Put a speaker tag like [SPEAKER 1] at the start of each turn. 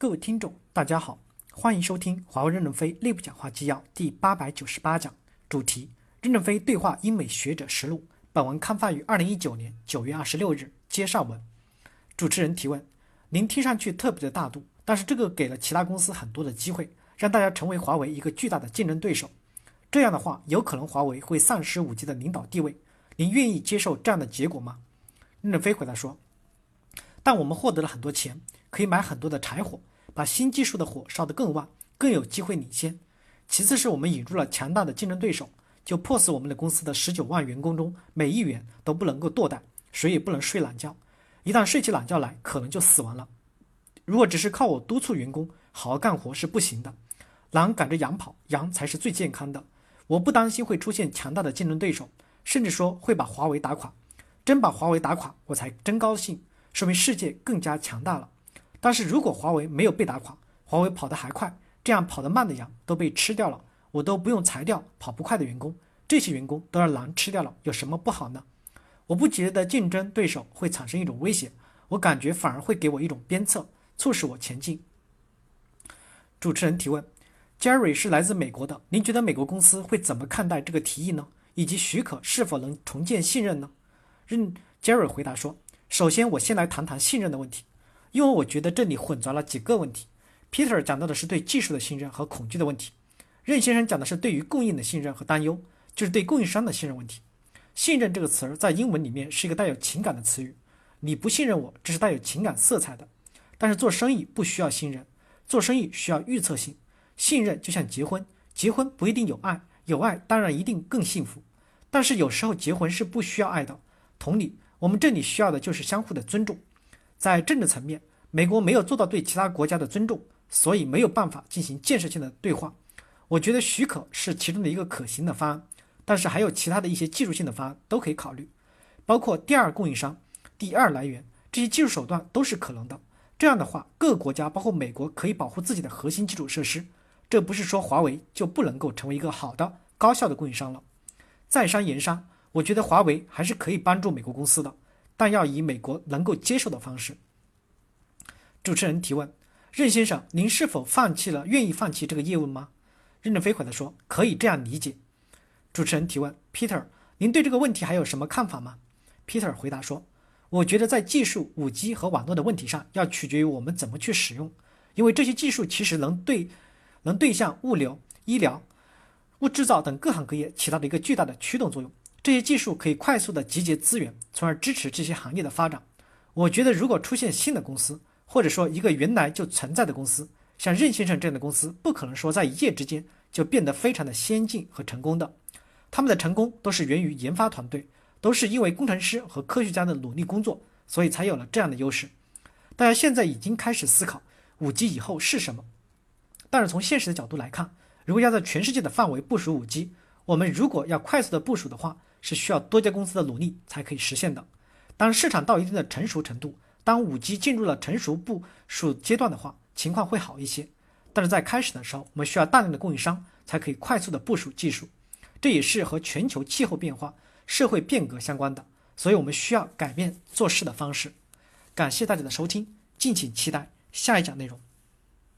[SPEAKER 1] 各位听众，大家好，欢迎收听华为任正非内部讲话纪要第898讲，主题：任正非对话英美学者实录。本文刊发于2019年9月26日。接上文。主持人提问：您听上去特别的大度，但是这个给了其他公司很多的机会，让大家成为华为一个巨大的竞争对手。这样的话，有可能华为会丧失5G 的领导地位。您愿意接受这样的结果吗？任正非回答说：但我们获得了很多钱，可以买很多的柴火，把新技术的火烧得更旺，更有机会领先。其次是我们引入了强大的竞争对手，就迫使我们的公司的19万员工中每一员都不能够堕代，谁也不能睡懒觉，一旦睡起懒觉来，可能就死亡了。如果只是靠我督促员工好好干活是不行的，狼赶着羊跑，羊才是最健康的。我不担心会出现强大的竞争对手，甚至说会把华为打垮。真把华为打垮，我才真高兴，说明世界更加强大了。但是如果华为没有被打垮，华为跑得还快，这样跑得慢的羊都被吃掉了，我都不用裁掉跑不快的员工，这些员工都让狼吃掉了，有什么不好呢？我不觉得竞争对手会产生一种威胁，我感觉反而会给我一种鞭策，促使我前进。主持人提问： Jerry 是来自美国的，您觉得美国公司会怎么看待这个提议呢？以及许可是否能重建信任呢？Jerry 回答说：首先我先来谈谈信任的问题，因为我觉得这里混杂了几个问题。Peter 讲到的是对技术的信任和恐惧的问题，任先生讲的是对于供应的信任和担忧，就是对供应商的信任问题。信任这个词在英文里面是一个带有情感的词语，你不信任我，这是带有情感色彩的。但是做生意不需要信任，做生意需要预测性。信任就像结婚，结婚不一定有爱，有爱当然一定更幸福，但是有时候结婚是不需要爱的。同理，我们这里需要的就是相互的尊重。在政治层面，美国没有做到对其他国家的尊重，所以没有办法进行建设性的对话。我觉得许可是其中的一个可行的方案，但是还有其他的一些技术性的方案都可以考虑，包括第二供应商、第二来源，这些技术手段都是可能的。这样的话，各个国家包括美国可以保护自己的核心基础设施，这不是说华为就不能够成为一个好的高效的供应商了。在商言商，我觉得华为还是可以帮助美国公司的，但要以美国能够接受的方式。主持人提问：任先生，您是否愿意放弃这个业务吗？任正非回答说：可以这样理解。主持人提问 ：Peter， 您对这个问题还有什么看法吗？ Peter 回答说：我觉得在技术 5G 和网络的问题上，要取决于我们怎么去使用，因为这些技术其实能对向物流、医疗、物制造等各行各业起到了一个巨大的驱动作用。这些技术可以快速的集结资源，从而支持这些行业的发展。我觉得如果出现新的公司，或者说一个原来就存在的公司，像任先生这样的公司，不可能说在一夜之间就变得非常的先进和成功的。他们的成功都是源于研发团队，都是因为工程师和科学家的努力工作，所以才有了这样的优势。大家现在已经开始思考 5G 以后是什么，但是从现实的角度来看，如果要在全世界的范围部署 5G， 我们如果要快速的部署的话，是需要多家公司的努力才可以实现的。当市场到一定的成熟程度，当 5G 进入了成熟部署阶段的话，情况会好一些。但是在开始的时候，我们需要大量的供应商才可以快速的部署技术，这也是和全球气候变化、社会变革相关的，所以我们需要改变做事的方式。感谢大家的收听，敬请期待下一讲内容。